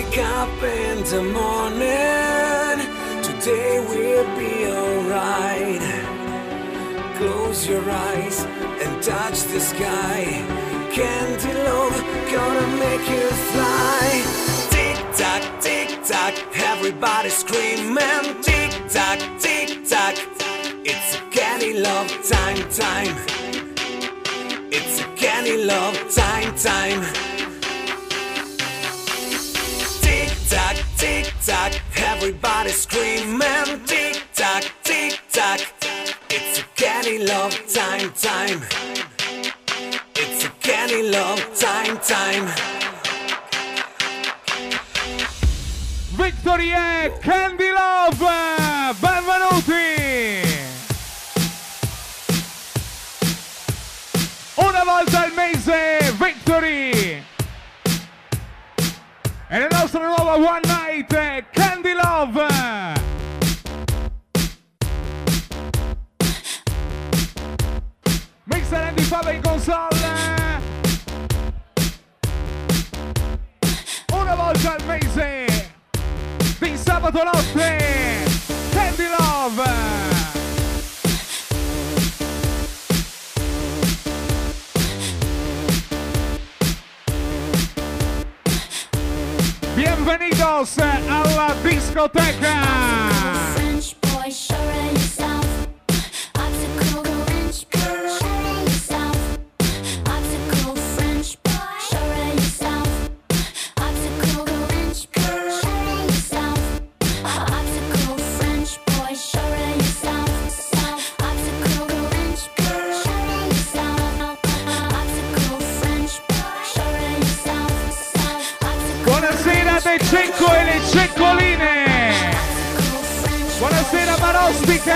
Wake up in the morning, today will be alright. Close your eyes and touch the sky. Candy love, gonna make you fly. Tick tock, everybody screaming. Tick tock, it's a candy love time. It's a candy love time. Tick tock, everybody screaming. Tick tock, it's a candy love time. It's a candy love time. Victory e Candy Love, benvenuti! Una volta al mese Victory! E la nostra nuova One Night Candy Love! Mixer Andy Fava in console! Una volta al mese! Di sabato notte! Candy Love! Bienvenidos alla discoteca! Dei cecco e le ceccoline. Buonasera Marostica.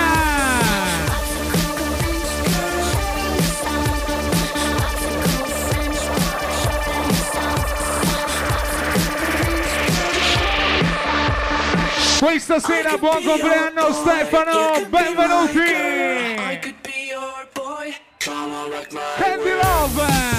Questa sera buon compleanno Stefano, benvenuti. Candy Love.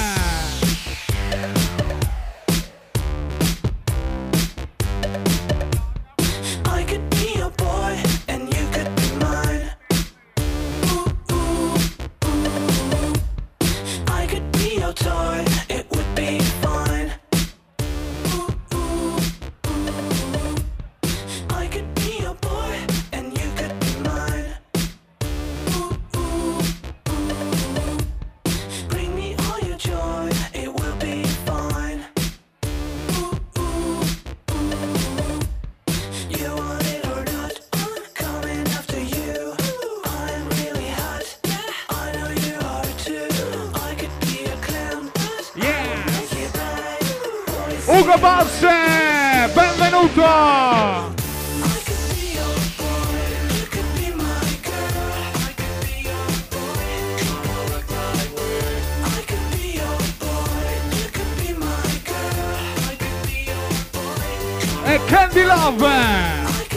Ugo Boss, benvenuto! E Candy Love!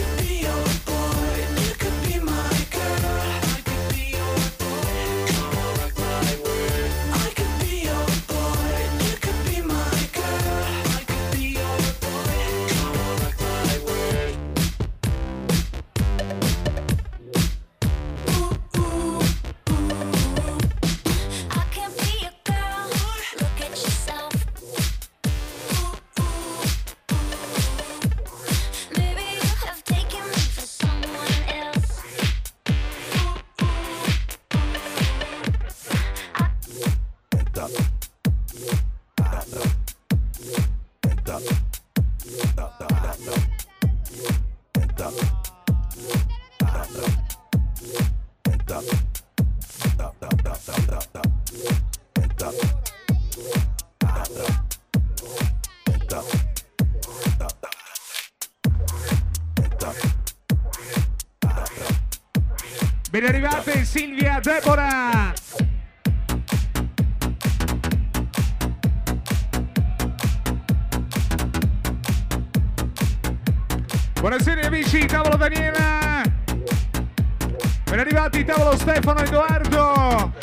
Ben arrivate Silvia, Deborah! Buonasera amici, tavolo Daniela! Ben arrivati, tavolo Stefano, Edoardo!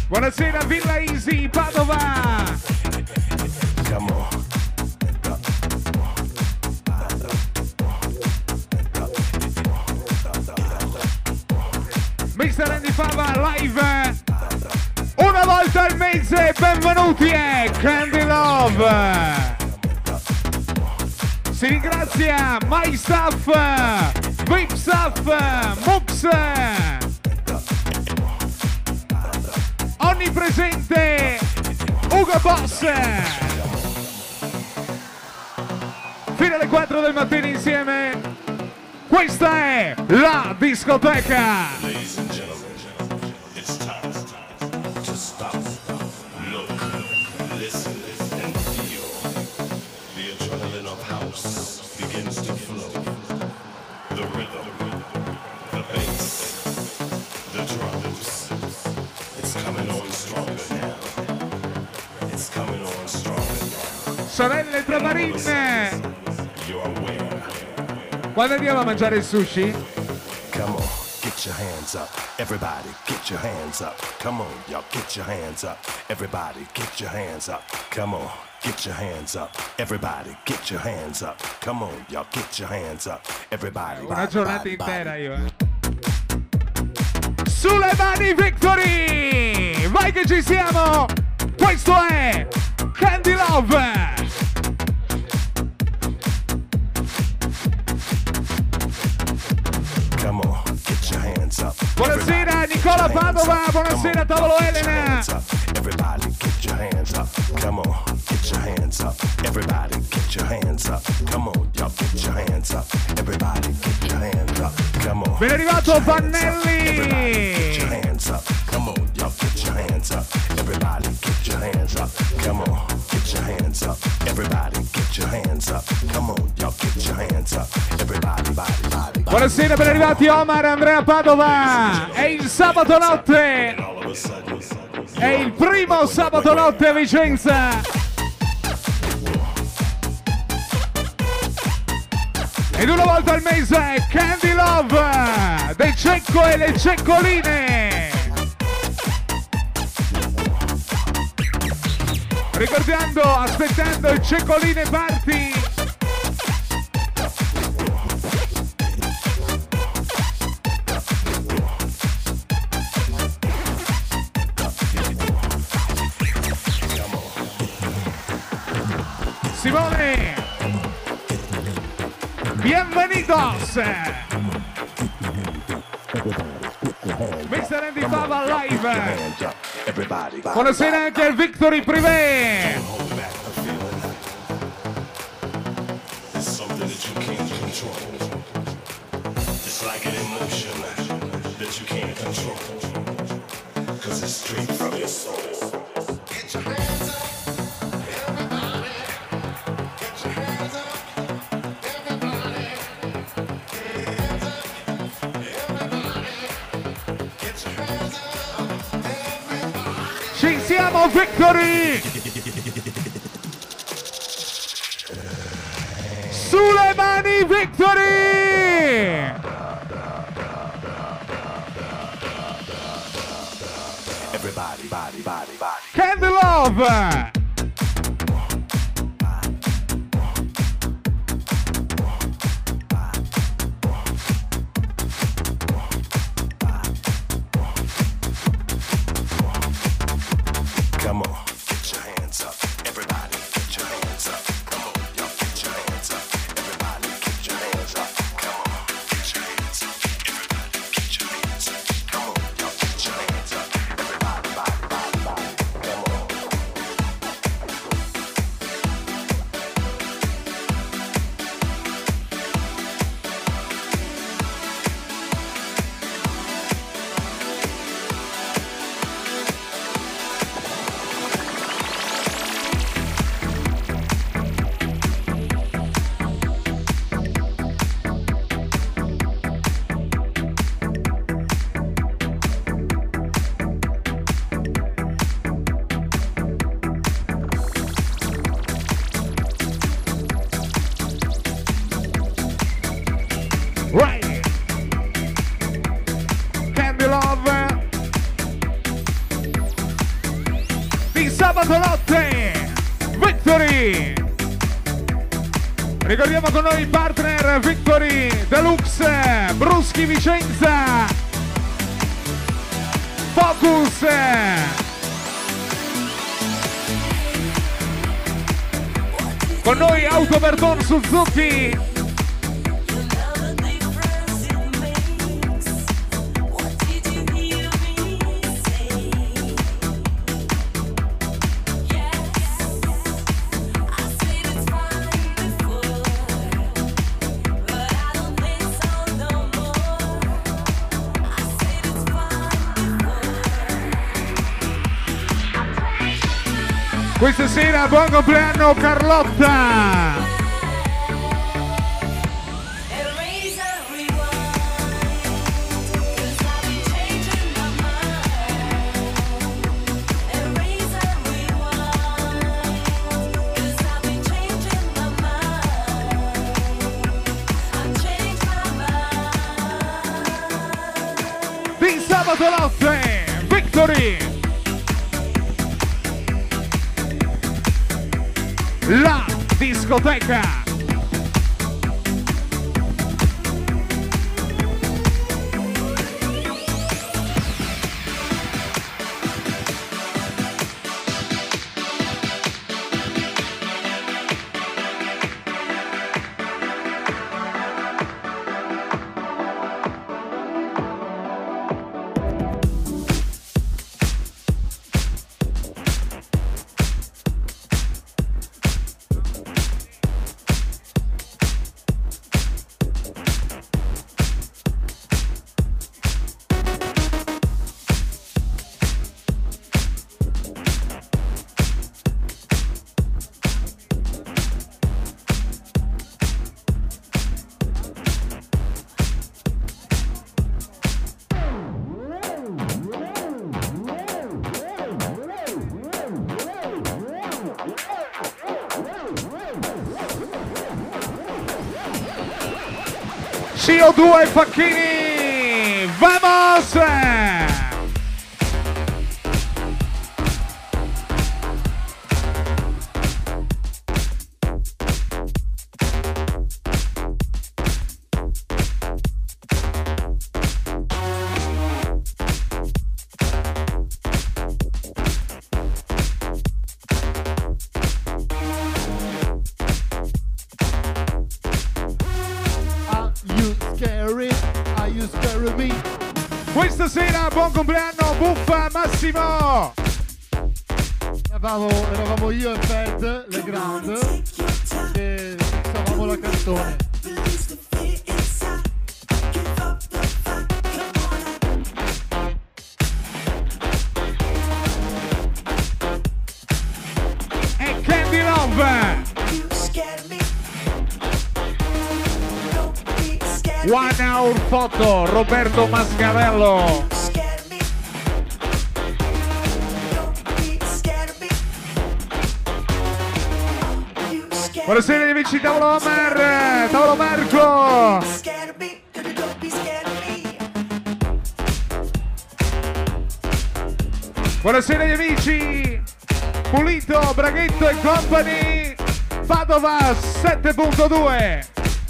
Buonasera Villa Easy, Padova. Come on. Mr. Andy Fava live una volta al mese, benvenuti a Candy Love. Si ringrazia My Stuff, Vip Stuff, Mux, onnipresente Ugo Boss. Fino alle 4 del mattino insieme. Questa è la discoteca. Ladies and gentlemen, it's time to stop, look, listen, and feel. The adrenaline of house begins to flow. The rhythm, the bass, the drums. It's coming on stronger now. It's coming on stronger now. Sorelle Tramarine. You're aware. Quando andiamo a mangiare il sushi? Come on, get your hands up. Everybody, get your hands up. Come on, y'all, get your hands up. Everybody, get your hands up. Come on, get your hands up. Everybody, get your hands up. Come on, y'all, get your hands up. Everybody. Una giornata intera io, Sulle mani Victory! Vai che ci siamo! Questo è Candy Love! Come on, get your hands up. Buonasera Nicola Padova, buonasera Tavolo Elena. Everybody get your hands up. Come on, get your hands up. Everybody get your hands up. Come on, y'all get your hands up. Everybody get your hands up. Come on. Ben arrivato Pannelli. Get your hands up. Come on, y'all get your hands up. Everybody get your hands up. Come on, get your hands up. Everybody get your hands up. Come on, y'all get your hands up. Everybody, body. Buonasera, ben arrivati Omar, Andrea Padova. È il sabato notte. È il primo sabato notte a Vicenza. Ed una volta al mese Candy Love dei Cecco e le Ceccoline. Ricordando, aspettando il Ceccoline Party. Simone, bienvenidos. Mr. Andy Fava live. Buonasera anche al Victory Privé. It's something that you can't control. It's like an emotion that you can't control. 'Cause it's straight from your soul. Get your hands up. Ci siamo Victory! Sulle mani Victory! Everybody, body. Candy Love! Come on, get your hands up. Everybody, get your hands up. Come on, y'all get your hands up. Everybody, get your hands up. Come on, get your hands up. Everybody, get your hands up. Come on, y'all get your hands up. Everybody, body. Come on. sabato notte Victory. Ricordiamo con noi il partner Victory Deluxe, Bruschi Vicenza, Focus. Con noi Auto Verdon Suzuki. Questa sera buon compleanno Carlotta! Di sabato notte, Victory! La discoteca. CO2 Facchini, vamos! Questa sera buon compleanno Buffa Massimo. Eravamo io e Fed, le Grand, e stavamo la canzone. E Candy Love. One Hour Photo, Roberto Mascarello. Buonasera gli amici Tavolo Omar, Tavolo Marco. Buonasera gli amici Pulito, Braghetto e Company, Padova 7.2.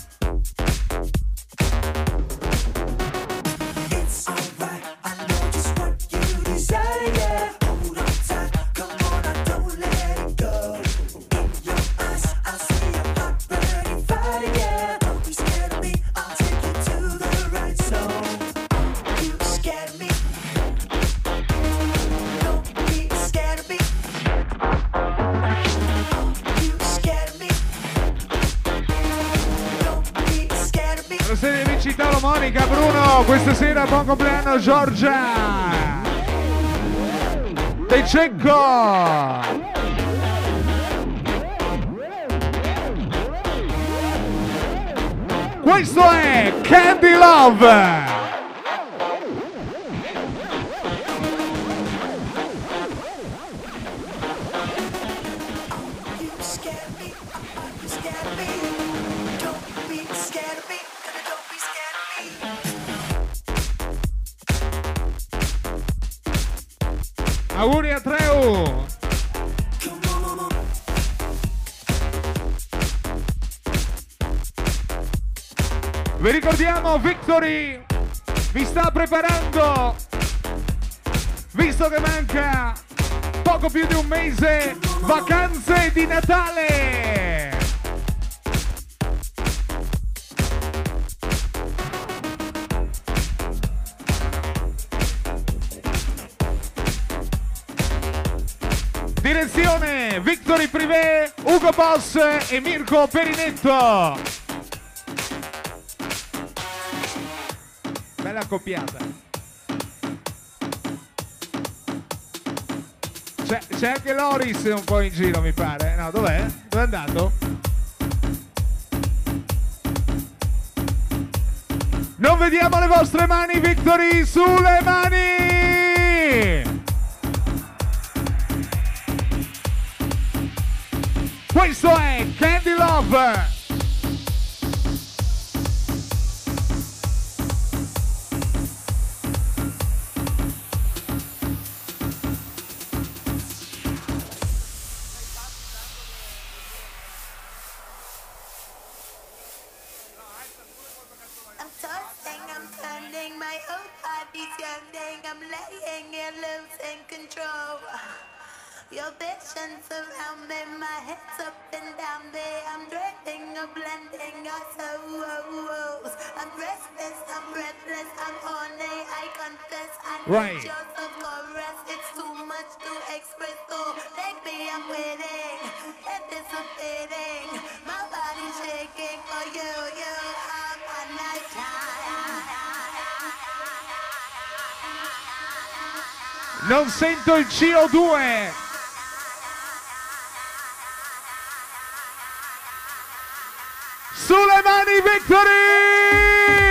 Buonasera amici Tavolo, Monica, Bruno, questa sera buon compleanno Giorgia De Cecco. Questo è Candy Love. Auguri a Treu! Vi ricordiamo, Victory vi sta preparando, visto che manca poco più di un mese, vacanze di Natale. Direzione Victory Privé, Ugo Boss e Mirko Perinetto. Bella accoppiata. C'è anche Loris un po' in giro, mi pare. No, dov'è? Dove è andato? Non vediamo le vostre mani, Victory, sulle mani! Questo è Candy Love. Your visions around me, my head's up and down there. I'm dreading of blending our souls. I'm restless, I'm breathless, I'm horny, I confess. I need your chorus, it's too much to express. So lately I'm waiting, anticipating. My body's shaking for you, I'm a nighttime. Non sento il CO2. Sulle mani, Victory!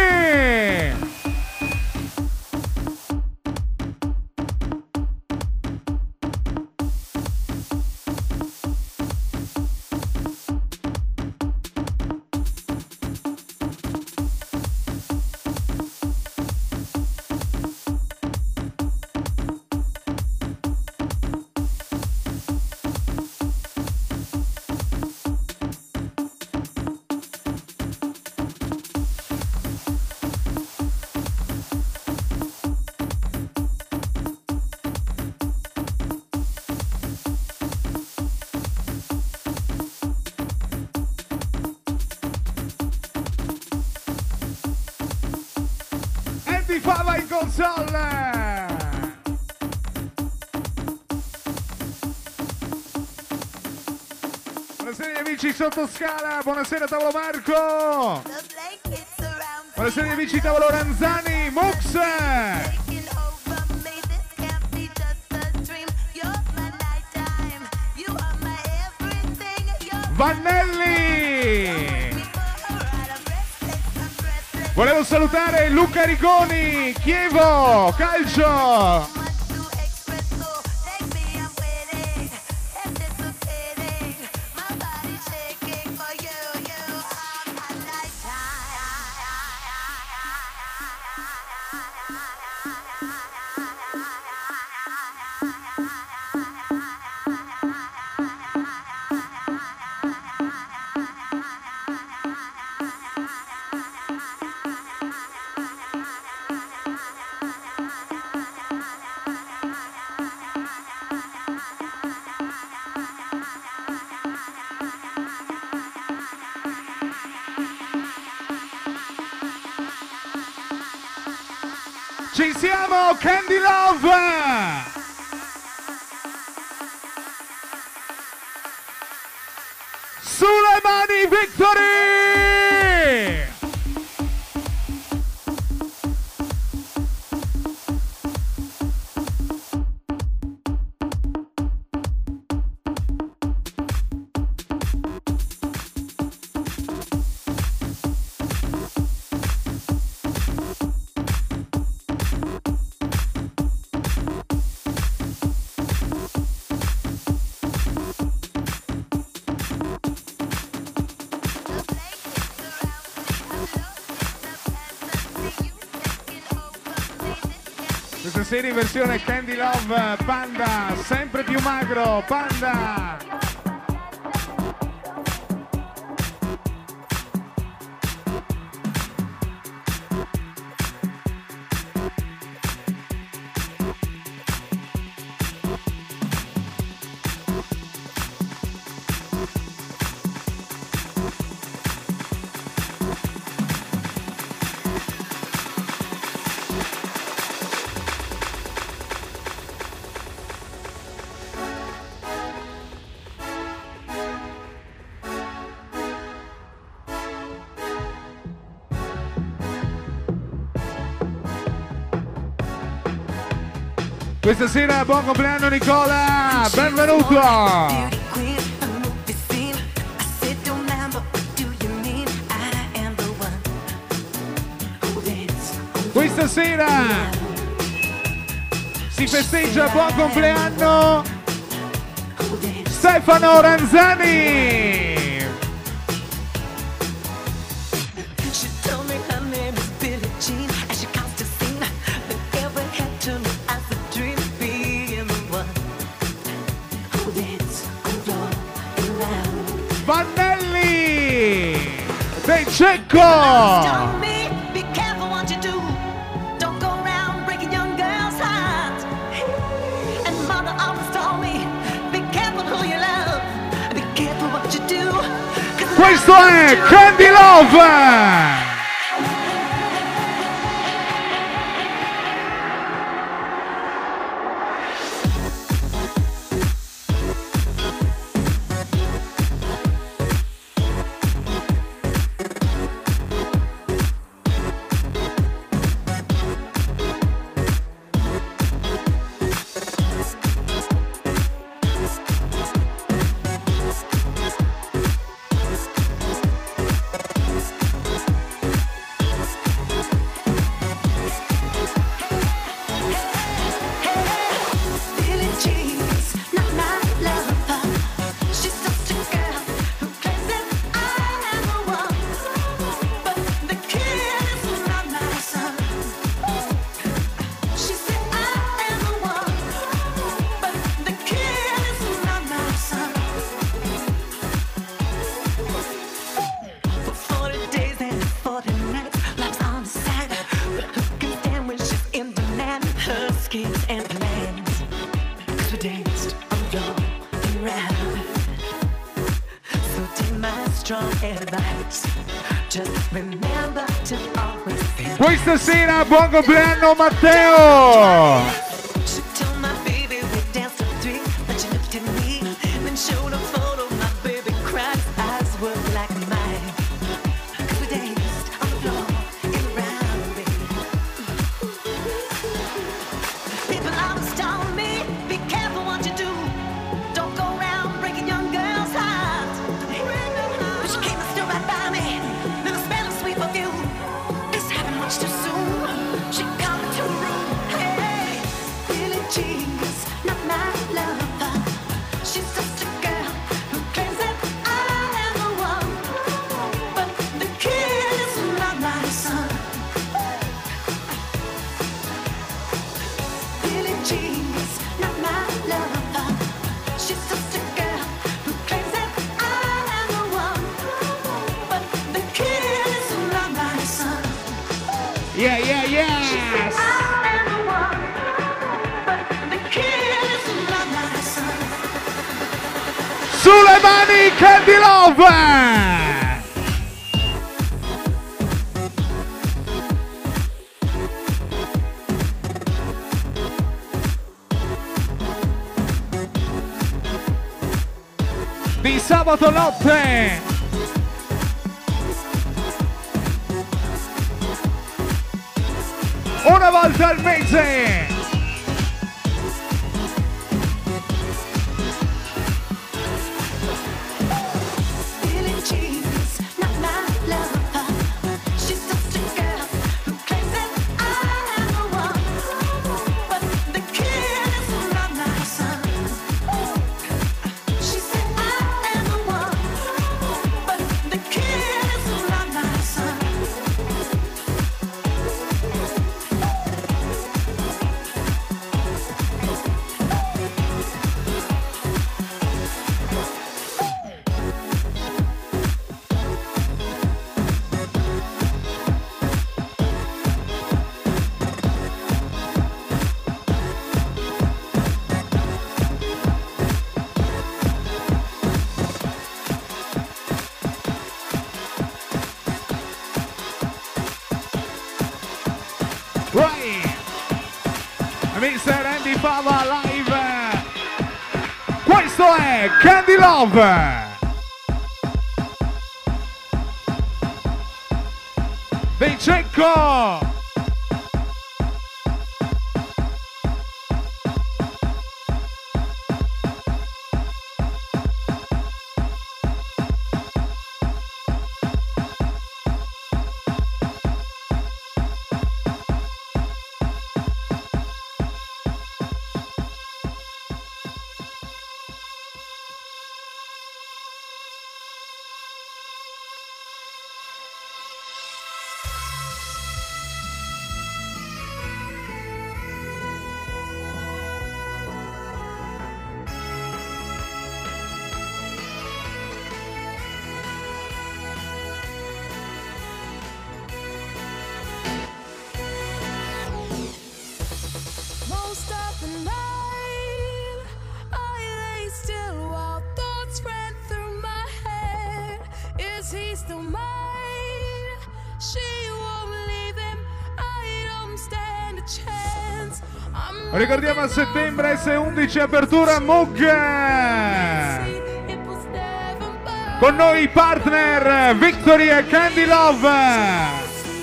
Fava in console. Buonasera amici sotto scala, buonasera tavolo Marco, buonasera amici tavolo Ranzani, Mux, Vannelli. Volevo salutare Luca Rigoni, Chievo, Calcio. Ci siamo, Candy Love! Sulle mani, Victory! Questa serie in versione Candy Love, Panda, sempre più magro, Panda! Questa sera buon compleanno Nicola, benvenuto! Questa sera si festeggia buon compleanno Stefano Ranzani! Vannelli! Dei Cecco! Questo è Candy Love! Questa sera buon compleanno Matteo! Sulle mani Candy Love! Di sabato notte! Una volta al mese! Mr. Andy Fava live. Questo è Candy Love. Dei Cecco. Ricordiamo a settembre S11 apertura Mug. Con noi i partner Victory e Candy Love.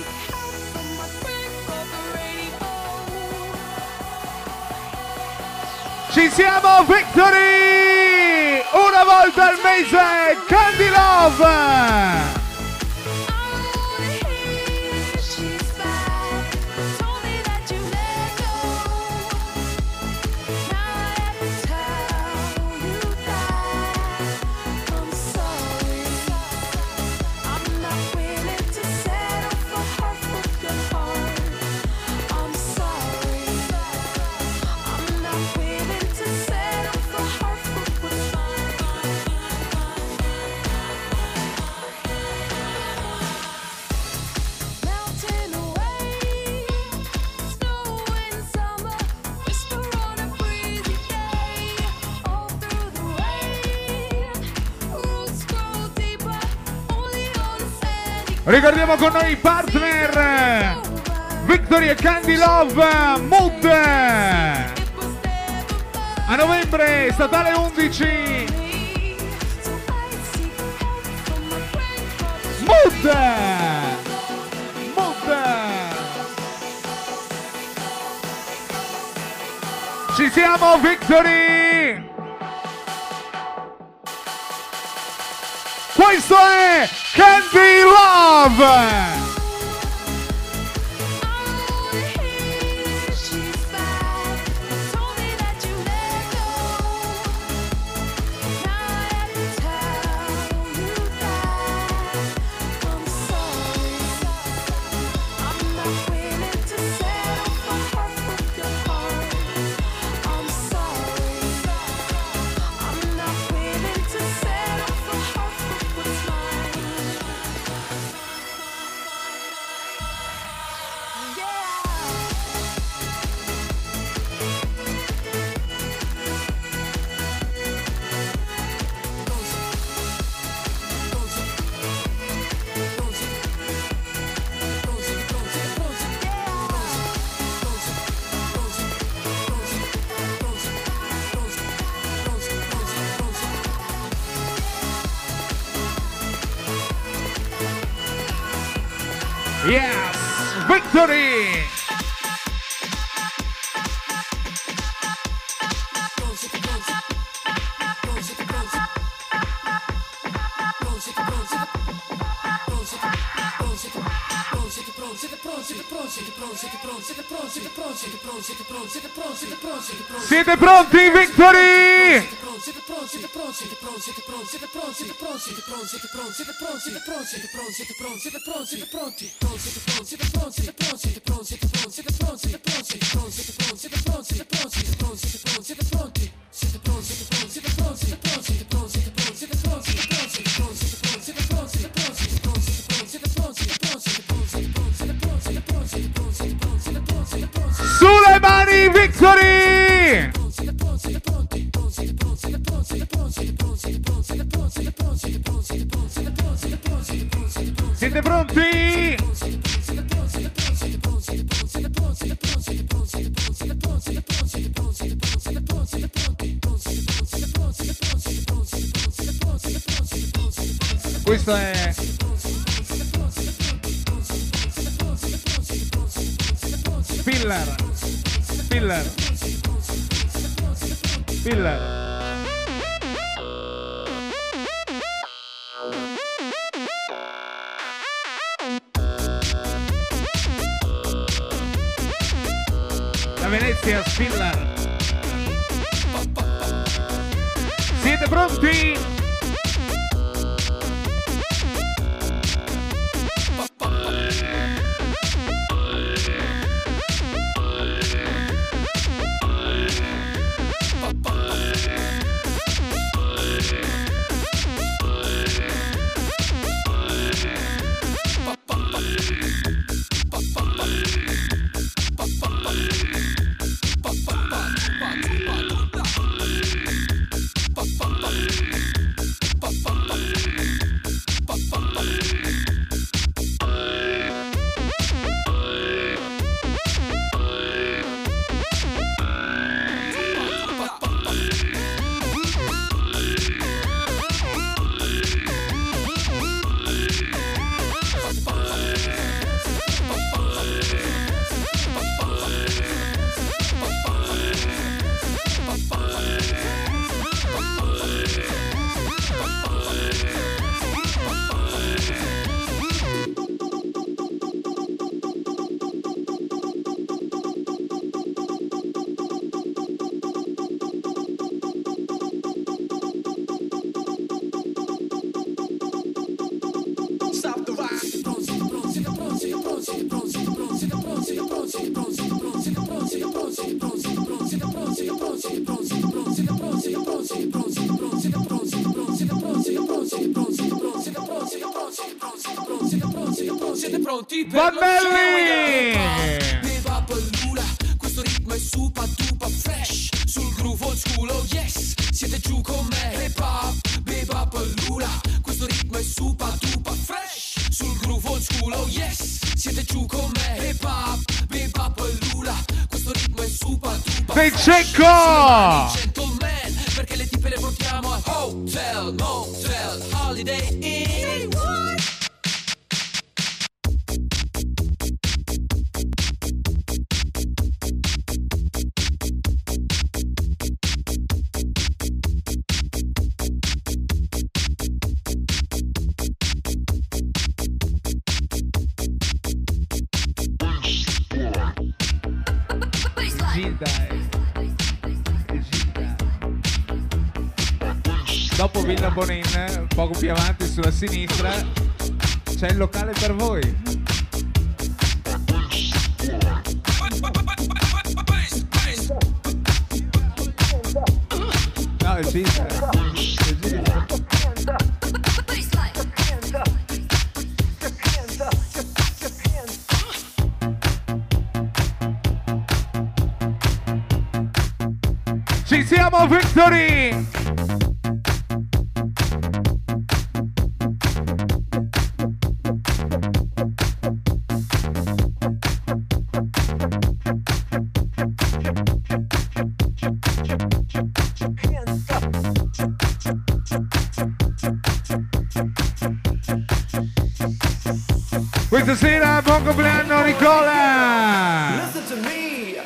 Ci siamo Victory! Una volta al mese Candy Love! Ricordiamo con noi i partner Victory e Candy Love Mood. A novembre statale 11 Mood. Ci siamo Victory. Questo è Candy Love! Yes! Victory! Siete pronti, Victory? Sulle mani, Victory! Siete pronti? Questo è Filler. Da Venezia, Spiller. Siete pronti? pronti per Vanelli! Bebop Lula, questo ritmo è super duper fresh. Sul groove old school, oh yes, siete giù con me. Hip hop, Bebop Lula, questo ritmo è super duper fresh. Sul groove old school, oh yes, siete giù con me. Hip hop, Bebop Lula, questo ritmo è super duper Sei fresh. Cecco! Gentleman, perché le tipe le portiamo a hotel, motel, holiday inn. Dopo Villa Bonin, poco più avanti sulla sinistra, c'è il locale per voi. No, è Gita. Ci siamo, Victory! Questa sera buon compleanno Nicola! Listen to me.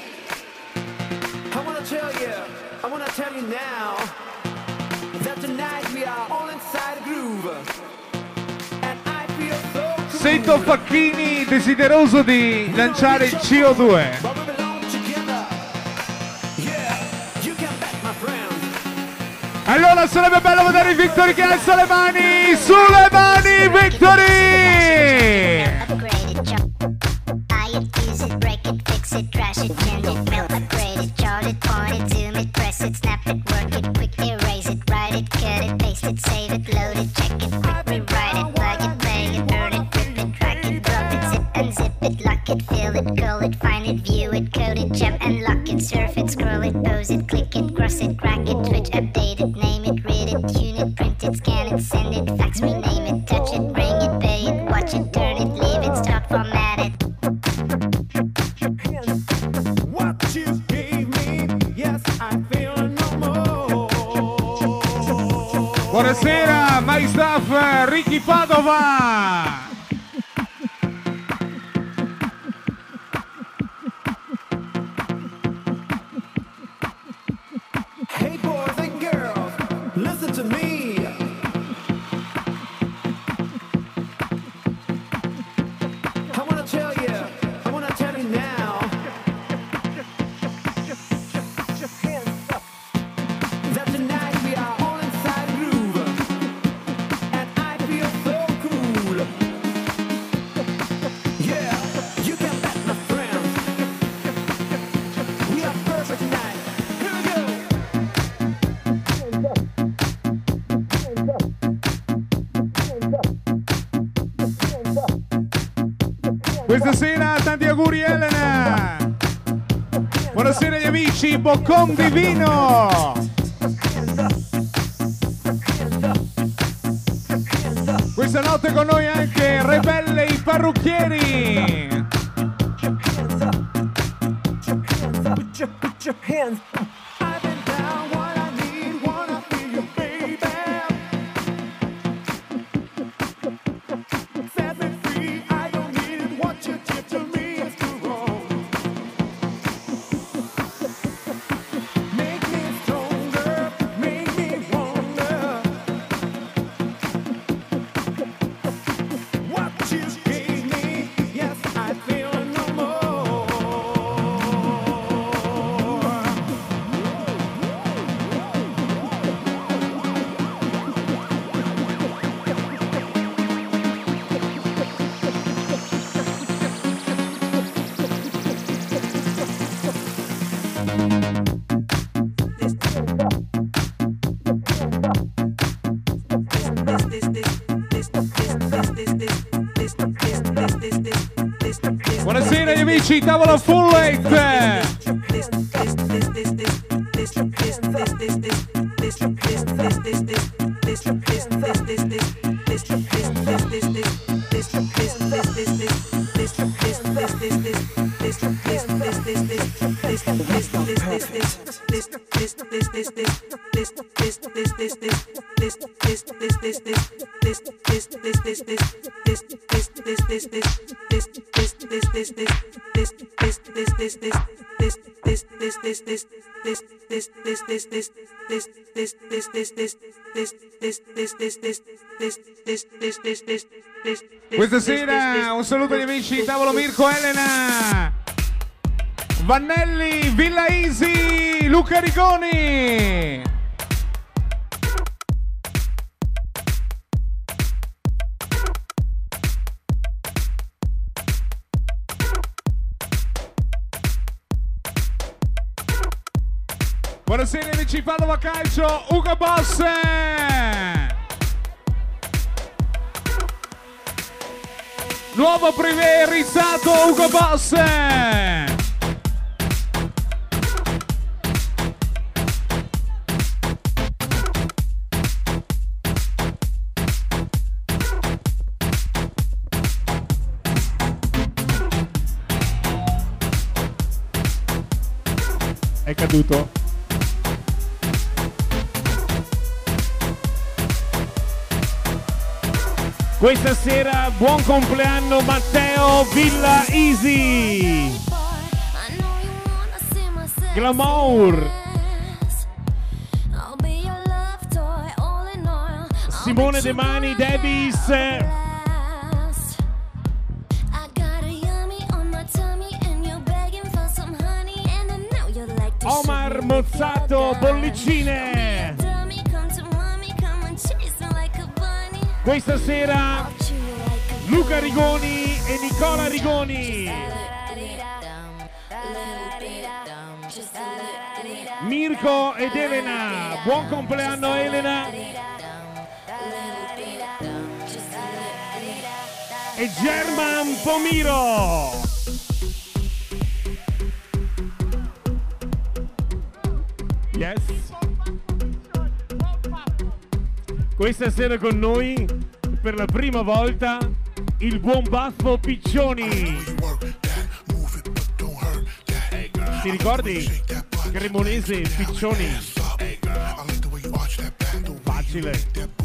I wanna tell you now that tonight we are all inside a groove. And I feel so cool. Sento Facchini desideroso di lanciare il CO2. But we belong together. Yeah, you can bet my friend. Allora sarebbe bello vedere il Victory che alza le mani! Sulle mani Victory! Upgrade it, buy it, use it, break it, fix it, trash it, change it, melt, upgrade it, chart it, point it, zoom it, press it, snap it, work it, quick erase it, write it, cut it, paste it, save it, load it, check it, quick rewrite it, plug it, play it, burn it, rip it, drag it, drop it, zip unzip it, lock it, fill it, curl it, find it, view it, code it, jump and lock it, surf it, scroll it, pose it, click it, cross it, crack it, switch, update it, name it, read it, tune it, print it, scan it, send it, fax, rename it, touch it, bring it, pay it, watch it, turn it, leave it, start, format it. What you gave me, yes, I feel no more. Buonasera, my staff, Ricky Padova! Hey boys and girls, listen to me. I wanna tell you now. That tonight we are all inside a groove. And I feel so cool. Yeah, you can bet my friends. We are perfect tonight. Here we go. Questa sera tanti auguri Elena! Buonasera agli amici, boccon di vino! Questa notte con noi anche Rebelle i parrucchieri! Put your hands. I've been down what I need, wanna feel you, baby. Set me free, I don't need it. What you did to me is too wrong. Make me stronger, make me wonder. What you gave me, yes, I feel no more. amici, tavolo full late. Questa sera un saluto agli amici di tavolo Mirko, Elena, Vannelli, Villa Easy, Luca Rigoni. Buonasera amici Padova Calcio, Ugo Boss. Nuovo privé rizzato Ugo Boss. È caduto. Questa sera buon compleanno Matteo Villa Easy, Glamour, Simone De Mani, Davis, Omar Mozzato, Bollicine. Questa sera Luca Rigoni e Nicola Rigoni. Mirko ed Elena, buon compleanno Elena. E German Pomiro. Yes. Questa sera con noi, per la prima volta, il buon Baffo Piccioni. Ti ricordi? Cremonese Piccioni. Facile.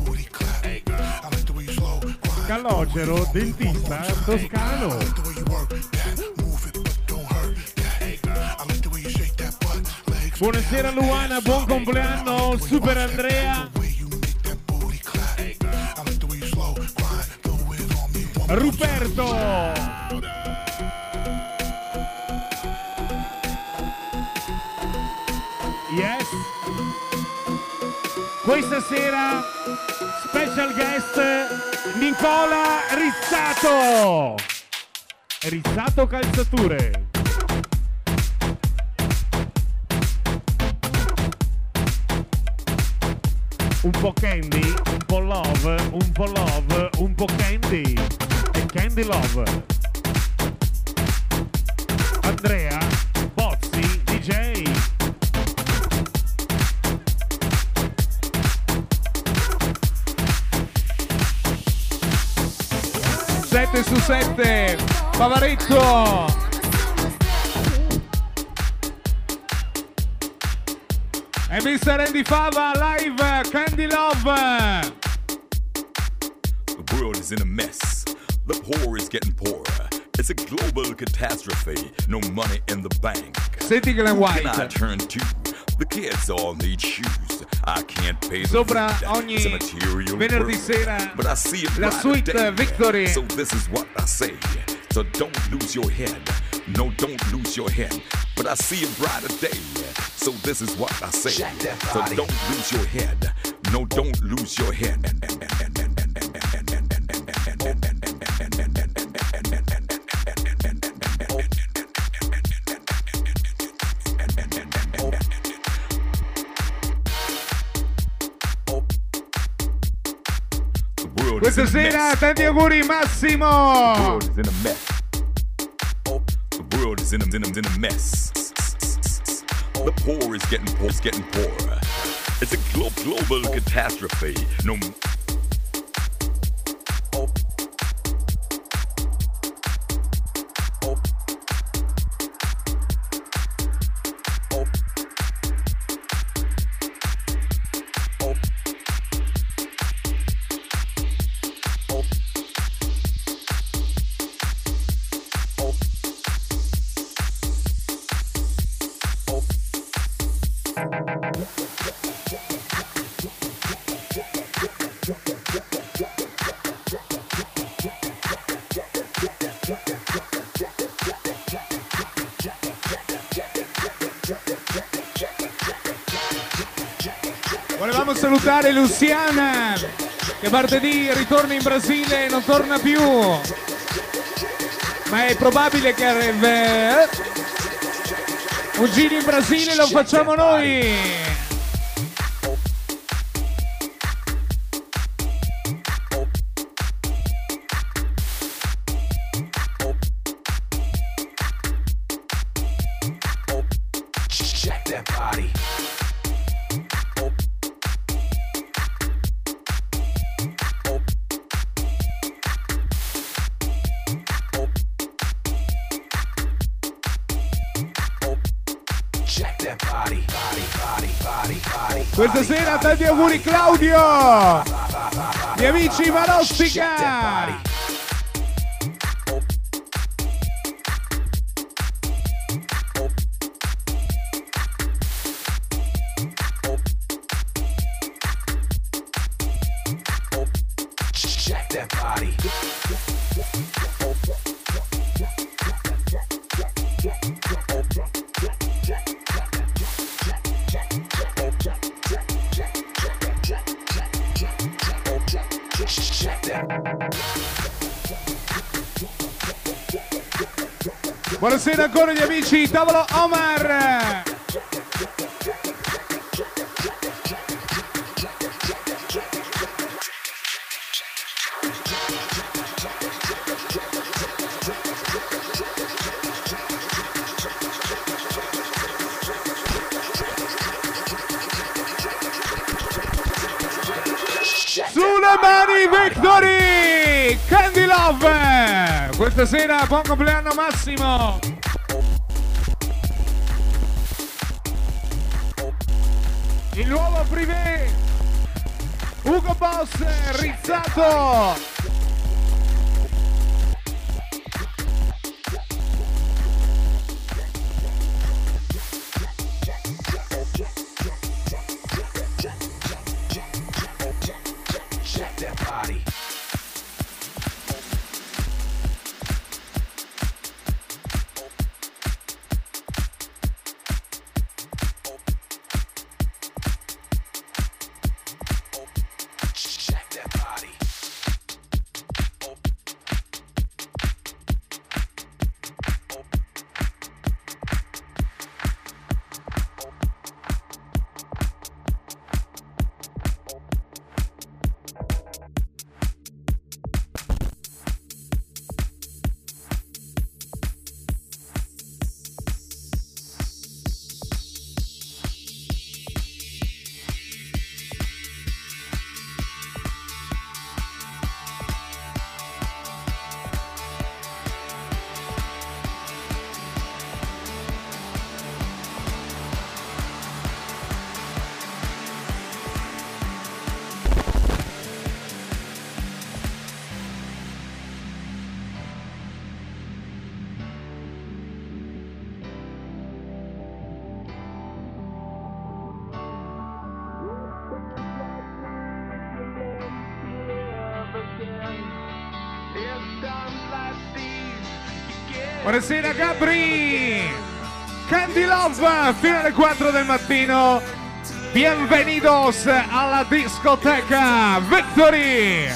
Calogero, dentista toscano. Buonasera Luana, buon compleanno Super Andrea. Ruperto. Yes. Questa sera special guest Nicola Rizzato. Rizzato Calzature. Un po' candy, un po' love, un po' love, un po' candy. E candy love. Andrea Bozzi DJ. 7 su 7, Favaretto. E Mr. Andy Fava live, Candy Love. The world is in a mess. The poor is getting poorer. It's a global catastrophe. No money in the bank. Senti Glenn White. Who can I turn to? The kids all need shoes. I can't pay the Sopra rent. ogni It's a material venerdì world. sera But I see it la brighter suite day. Victory. So this is what I say. So don't lose your head. No, don't lose your head. But I see a brighter day. So this is what I say. So don't lose your head. No, don't lose your head. Questa sera tanti auguri Massimo. The world in a mess. The poor is getting poorer. It's a global catastrophe. No. Volevamo salutare Luciana, che martedì ritorna in Brasile e non torna più, ma è probabile che un giro in Brasile lo facciamo noi. Questa sera tanti auguri Claudio, gli amici Marostica. Buonasera ancora gli amici Tavolo Omar. Sulle mani Victory! Candy Love! Questa sera buon compleanno Massimo! Il nuovo privé! Ugo Boss Rizzato! Buonasera Gabri! Candy Love fino alle 4 del mattino. Bienvenidos alla discoteca Victory!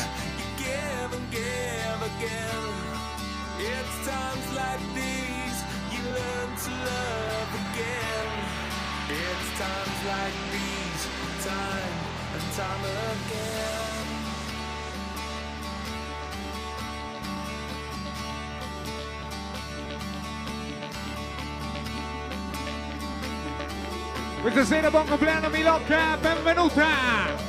Questa sera buon compleanno Milocca, benvenuta!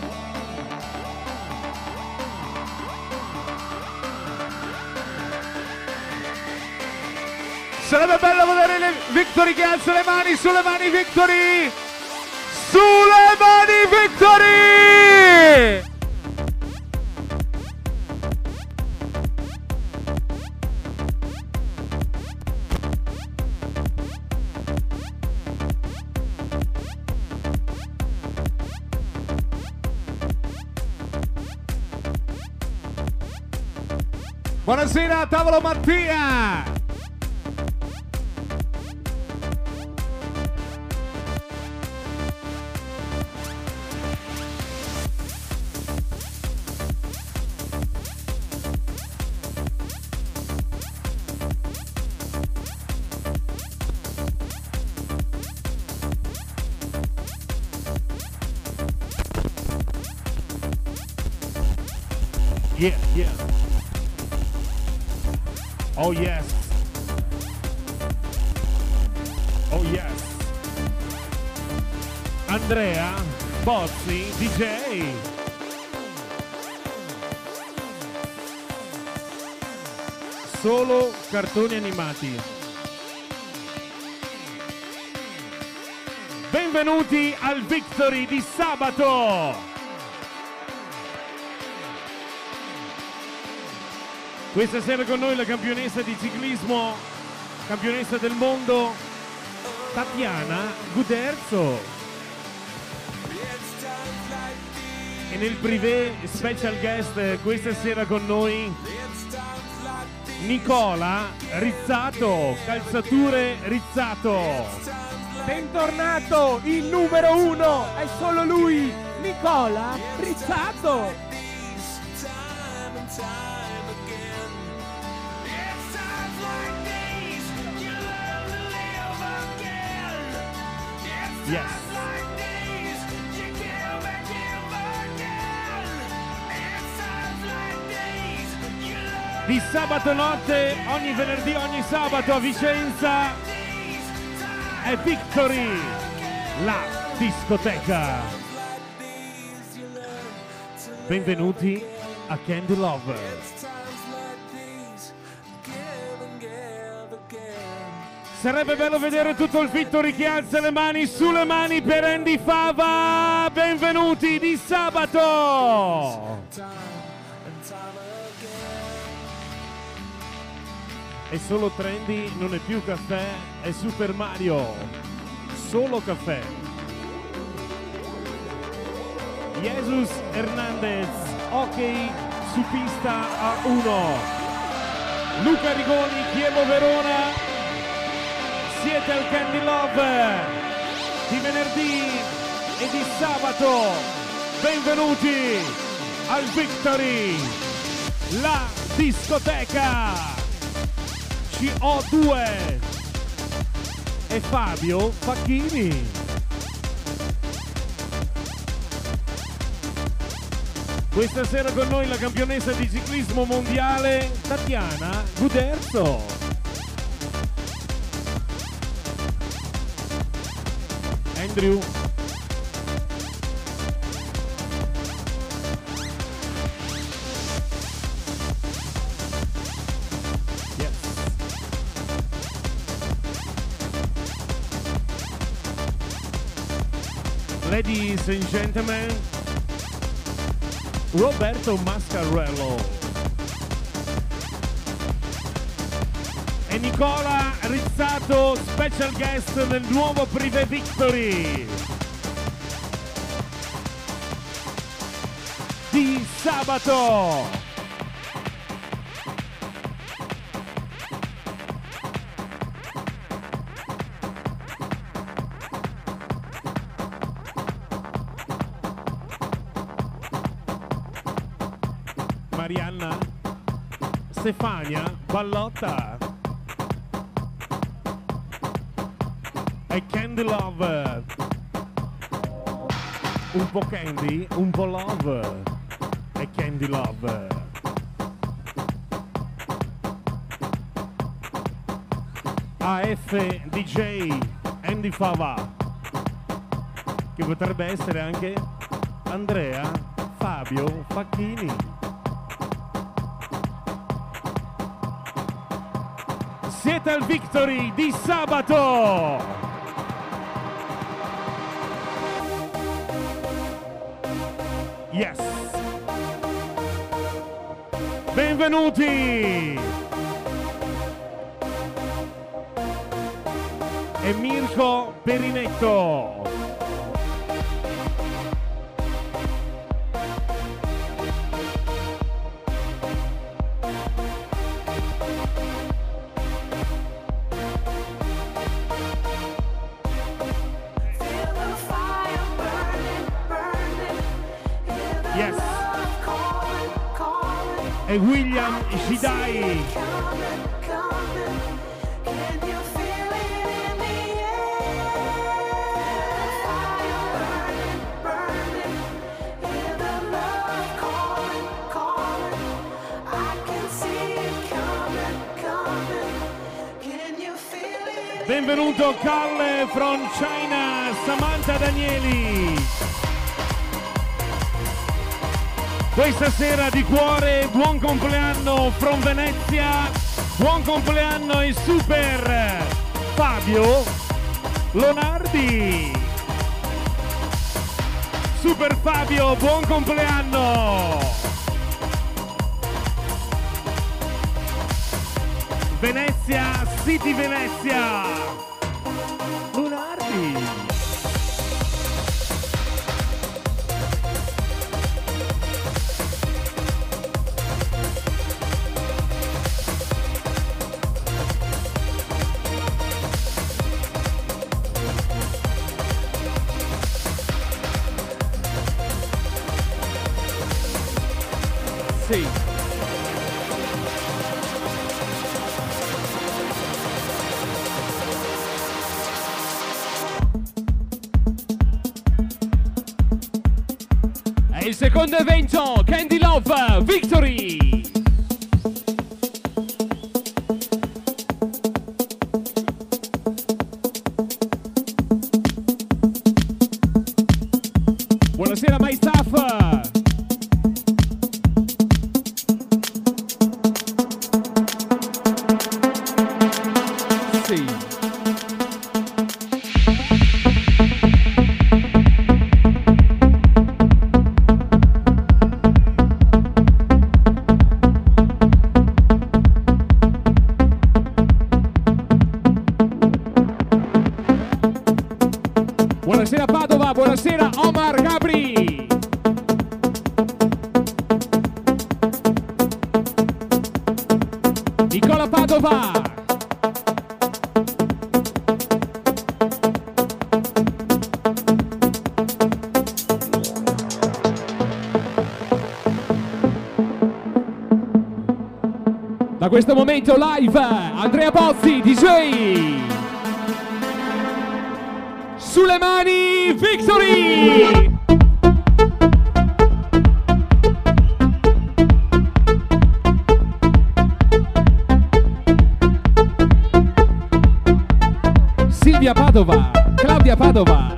Sarebbe bello vedere le Victory che alza le mani, sulle mani Victory! Sulle mani Victory! Buonasera, tavolo Mattia! Yeah, yeah. Oh yes. Oh yes. Andrea Bozzi DJ. Solo cartoni animati. Benvenuti al Victory di sabato. Questa sera con noi la campionessa di ciclismo, campionessa del mondo, Tatiana Guderzo. E nel privé special guest questa sera con noi Nicola Rizzato, calzature Rizzato. Bentornato, il numero uno, è solo lui, Nicola Rizzato. Yes. Di sabato notte, ogni venerdì, ogni sabato a Vicenza è Victory, la discoteca. Benvenuti a Candy Love. Sarebbe bello vedere tutto il Victory che alza le mani, sulle mani per Andy Fava. Benvenuti di sabato. È solo trendy, non è più caffè, è Super Mario. Solo caffè. Jesus Hernandez, hockey su pista a 1. Luca Rigoni, Chievo Verona. Siete al Candy Love di venerdì e di sabato. Benvenuti al Victory, la discoteca. CO2 e Fabio Facchini. Questa sera con noi la campionessa di ciclismo mondiale Tatiana Guderzo. Andrew. Yes. Ladies and gentlemen, Roberto Mascarello e Nicola Rizzato, special guest nel nuovo privé Victory di sabato. Marianna, Stefania, Ballotta e Candy Love. Un po' Candy, un po' Love e Candy Love. AF DJ Andy Fava. che potrebbe essere anche Andrea Fabio Facchini. Siete al Victory di sabato! Yes! Benvenuti! E Mirko Perinetto. Yes! E William Shidai. Benvenuto Carl from China, Samantha Danieli. Questa sera di cuore, buon compleanno from Venezia, buon compleanno e super Fabio Lonardi. Super Fabio, buon compleanno. Venezia, City Venezia. Lonardi. Sì. È il secondo evento, Candy Love Victory! Buonasera my staff! Sì. Buonasera Padova, buonasera Omar Gabri. Nicola Padova. Da questo momento live Andrea Bozzi, DJ. Sulle mani Victory! Silvia Padova, Claudia Padova.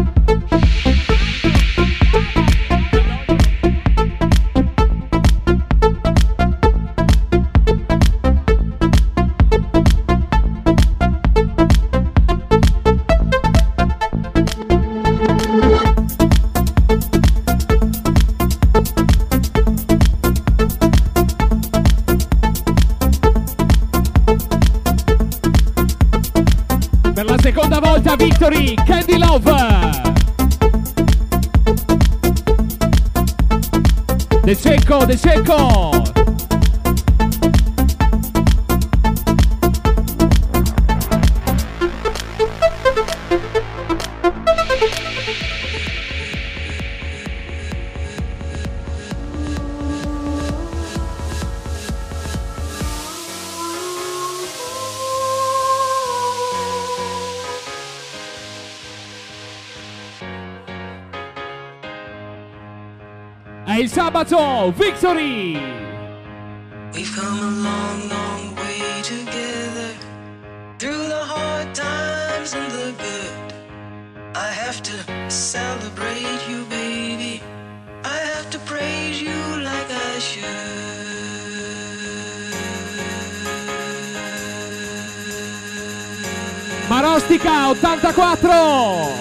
Per la seconda volta Victory, Candy Love. De Cecco, De Cecco. È il sabato Victory! We've come a long, long way together, through the hard times and the good. I I have to celebrate you, baby. I have to praise you like I should. Marostica 84.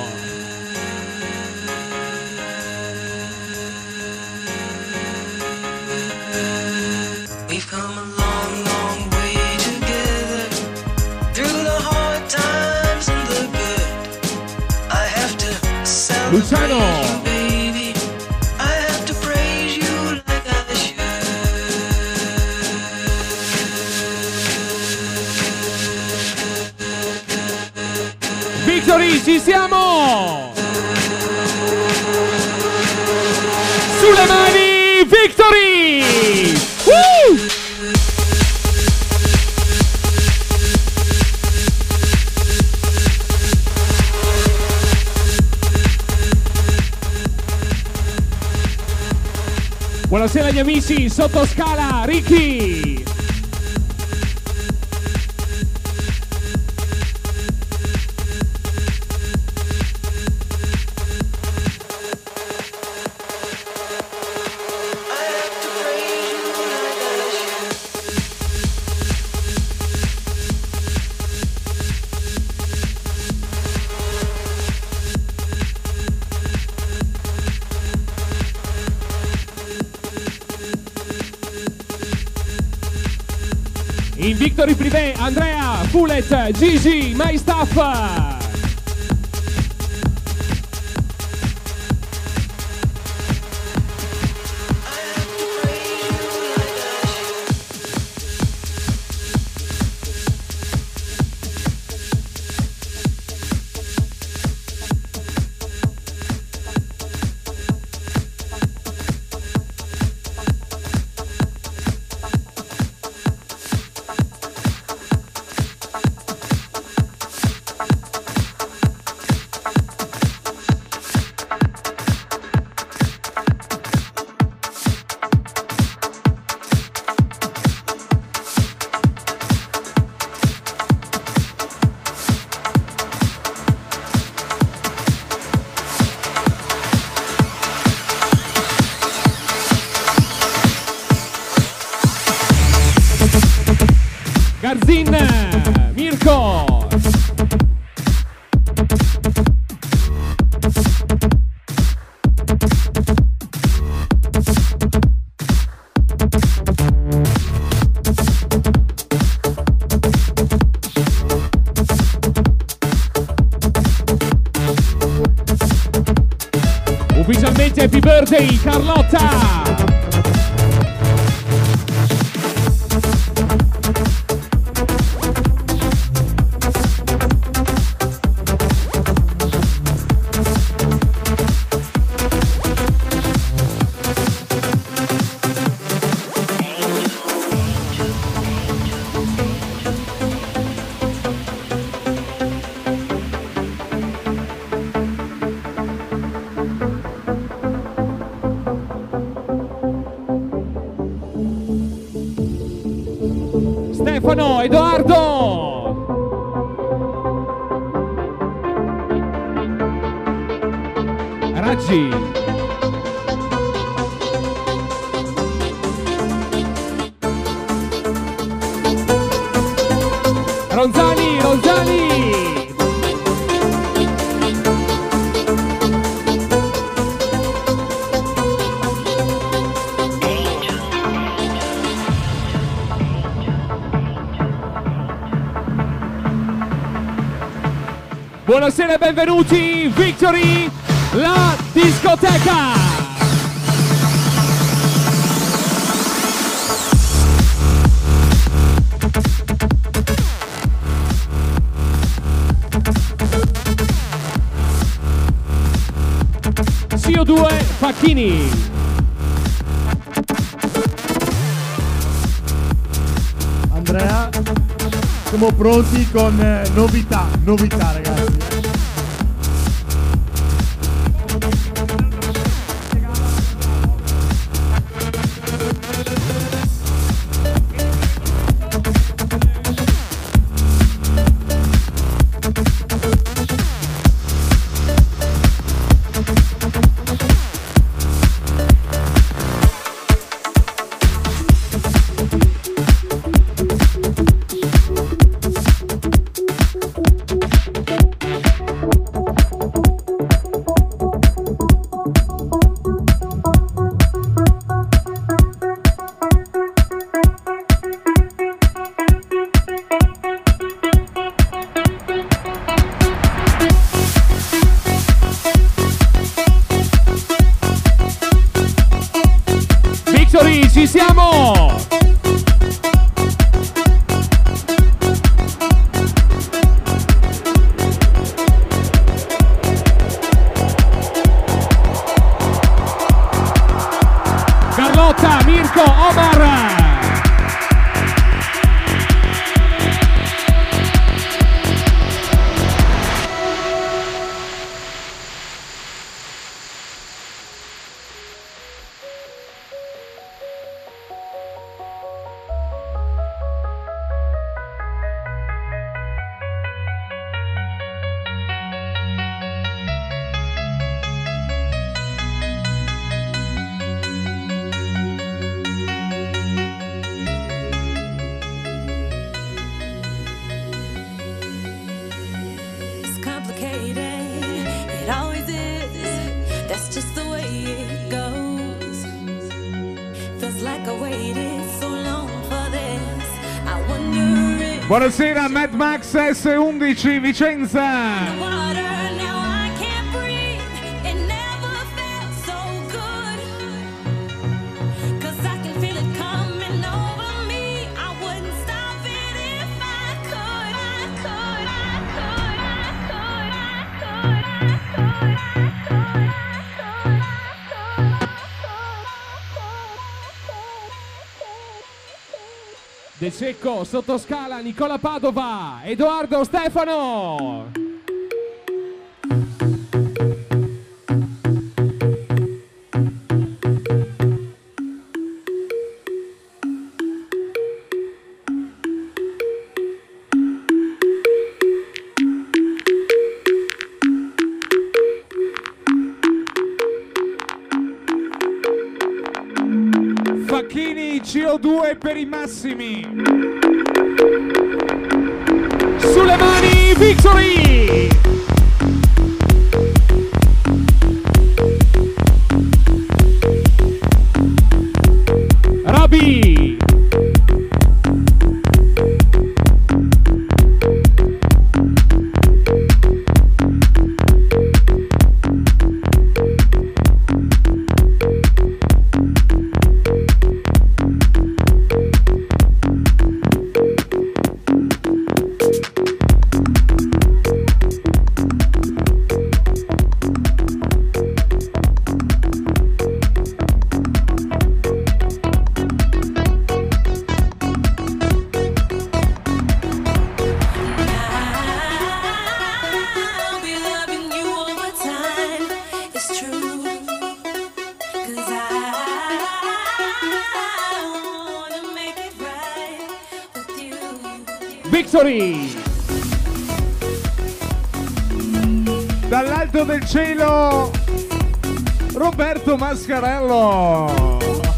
We've come a long, long way together, through the hard times and the good. I have to celebrate Luciano. you, baby. I have to praise you like I should. Victory, ci siamo! Sulle mani, Victory! Woo! Buonasera agli amici, sotto scala, Ricky! In Victory Privé, Andrea, Fullet, Gigi, My Stuff. Garzin, Mirko. Ufficialmente happy birthday Carlotta. Stefano, Edoardo. Raggi. Ronzani, Ronzani. Buonasera e benvenuti, Victory, la discoteca! CO2 Facchini. Andrea, siamo pronti con novità ragazzi. Buonasera Mad Max S11 Vicenza. De Secco, Sottoscala, Nicola Padova, Edoardo Stefano. Facchini CO2 per i massimi. Sulle mani, Victory! Rabi! Victory! Dall'alto del cielo Roberto Mascarello.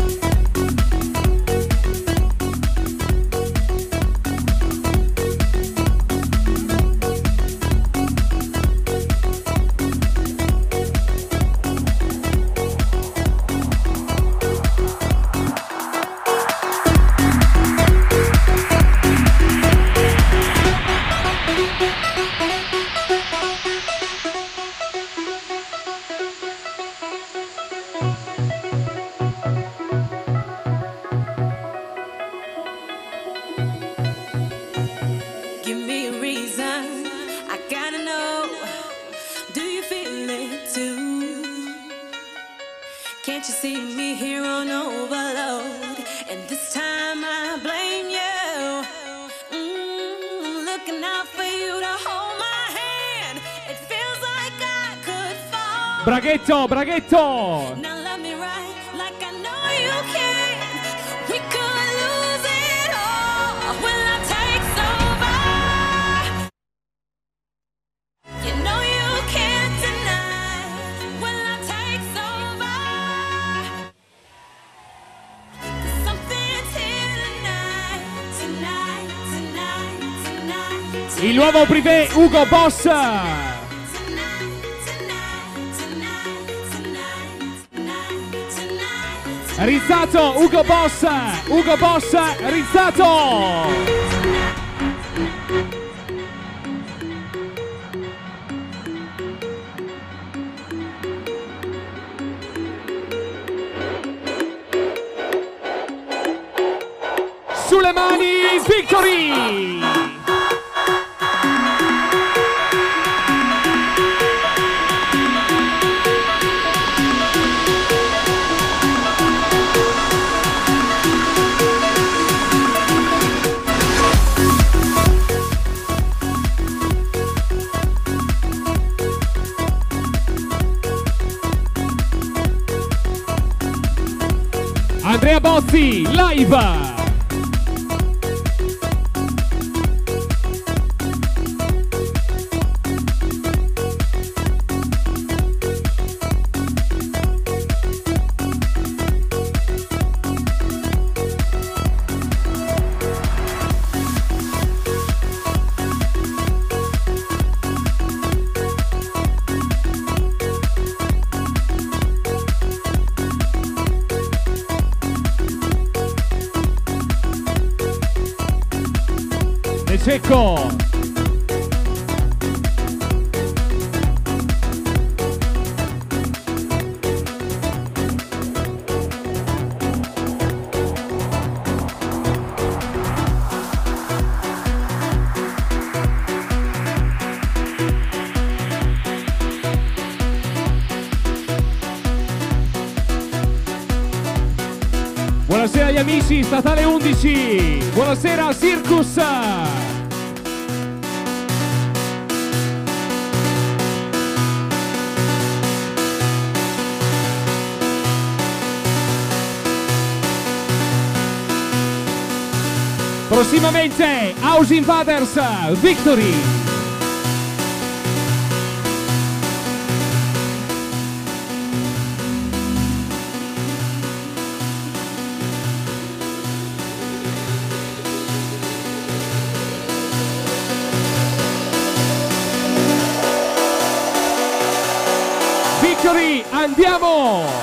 Can't you see me here on overload? And this time I blame you. Looking out for you to hold my hand. It feels like I could fall. Braghetto, Braghetto! Now love me right like I know you can. We could lose it all when love takes over. You know you can't deny when love takes over. 'Cause something's here tonight, tonight. Il nuovo privé Ugo Boss! Rizzato, Ugo Boss, Rizzato! Sulle mani, Victory! Andrea Bozzi, live! Cecco. Buonasera agli amici, statale 11. Buonasera Circus. Prossimamente House Invaders Victory. Victory, andiamo!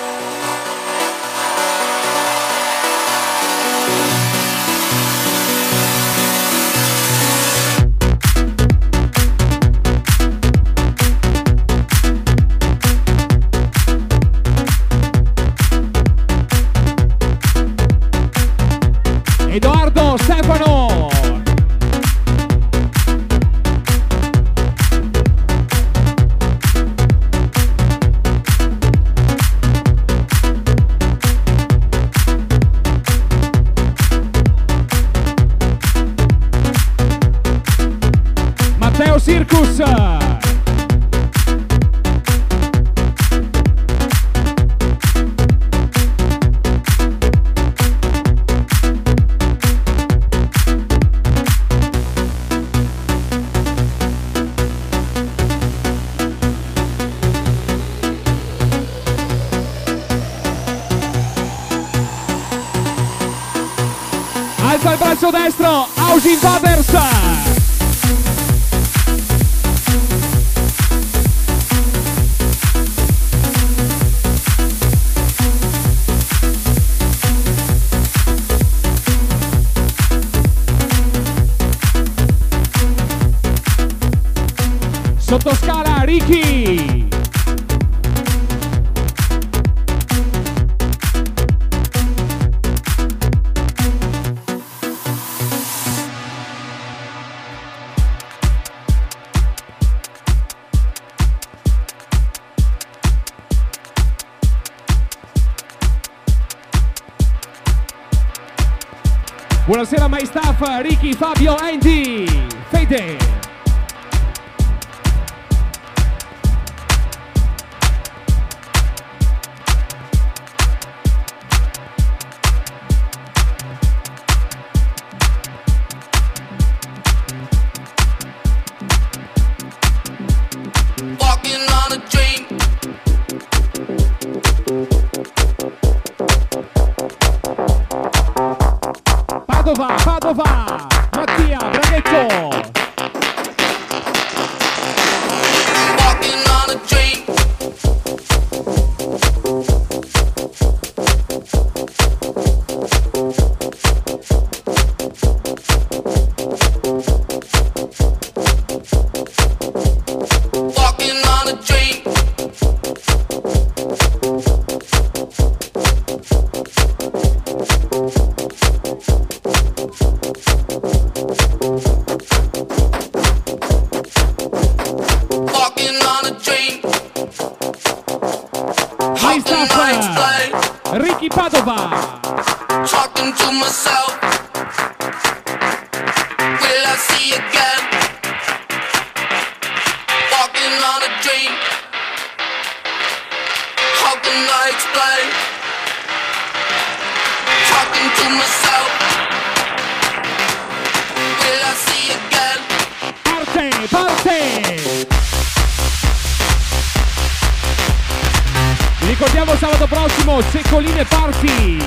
Edoardo, Stefano. Matteo Circus. Alza il braccio destro, House Invaders. Sottoscala, Ricky. Buonasera my staff, Ricky, Fabio, Andy, Fede. Walking on a dream. Padova, Padova, Mattia, Braghetto. Walking on a dream. Walking on a dream. Walking on a dream. My staff, Ricky Padova. Talking to myself. Will I see again? Walking on a dream. How can I explain? Talking to myself. Will I see again? Parte, parte. Vi ricordiamo sabato prossimo Ceccoline Party.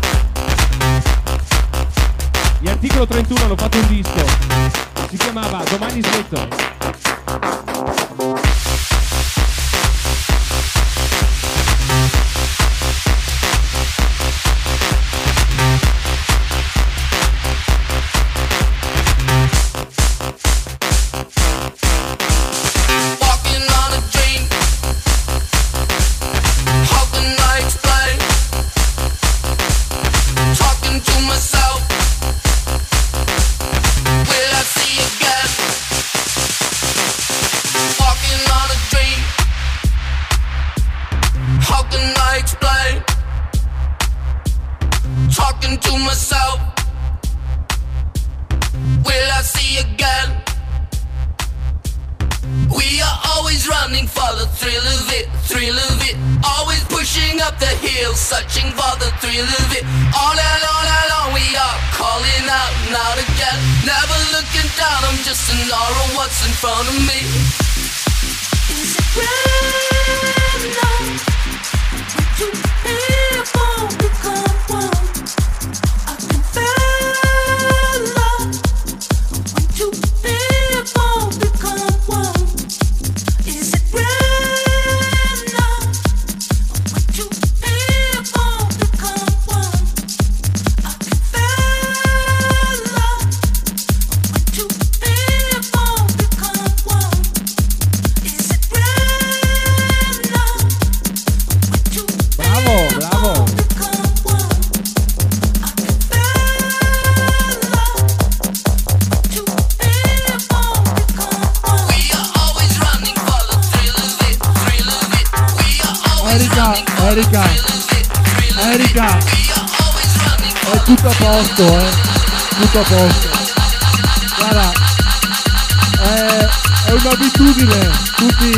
Gli Articolo 31 hanno fatto un disco, si chiamava certo. Walking on a dream. How can I explain? Talking to myself. Will I see again? Walking on a dream. How can I explain? Talking to myself. Will I see again? We are always running for the thrill of it, thrill of it. Always pushing up the hill, searching for the thrill of it. All along we are calling out and out again. Never looking down, I'm just an aura of what's in front of me. Is it random? Would you ever become one? I can feel love. Would you ever become one? Is it random? Would you ever become one? I can feel love. Would you ever become one? Is it random? Would you Bravo, bravo. become one? I can feel love. Would you ever become one? We are always running for the thrill of it, thrill of it. We are always running for the thrill of it, thrill of it. Erika, We are always running for è tutto a posto, tutto a posto. Guarda, è un'abitudine, tutti...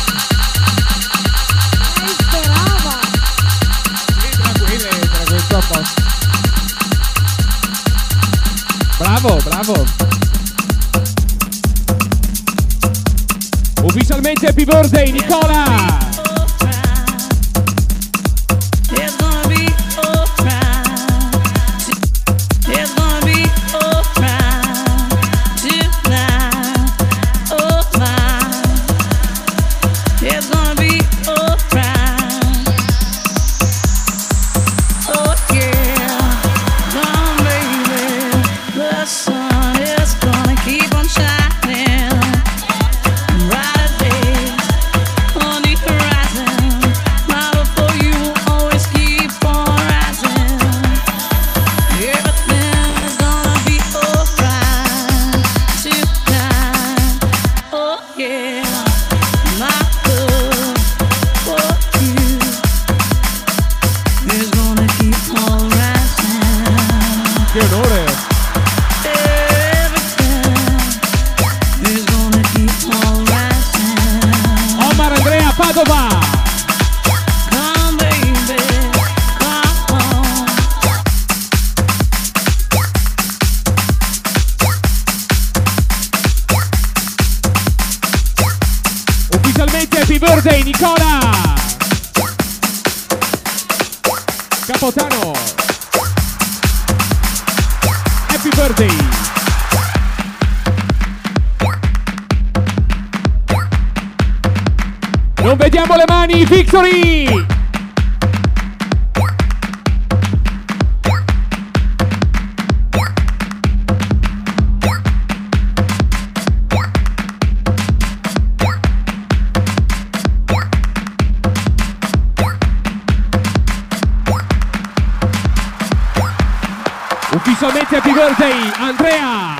Tranquillo, tutto a posto. Bravo, bravo. Ufficialmente happy birthday Nicola! It's gonna be alright. It's gonna be alright tonight. Oh my. It's gonna be alright. Oh yeah. Come baby. The sun is gonna keep on shining. Brighter days on the horizon. My love for you always keep on rising. Everything is gonna be alright tonight. Oh yeah, my love for you is gonna keep on rising. Che onore. Everything is gonna keep on rising. Omar Andrea Padova! Come baby, come on. Ufficialmente happy birthday Nicola! Capotano! Happy birthday! Non vediamo le mani, Victory! Ufficialmente happy birthday Andrea!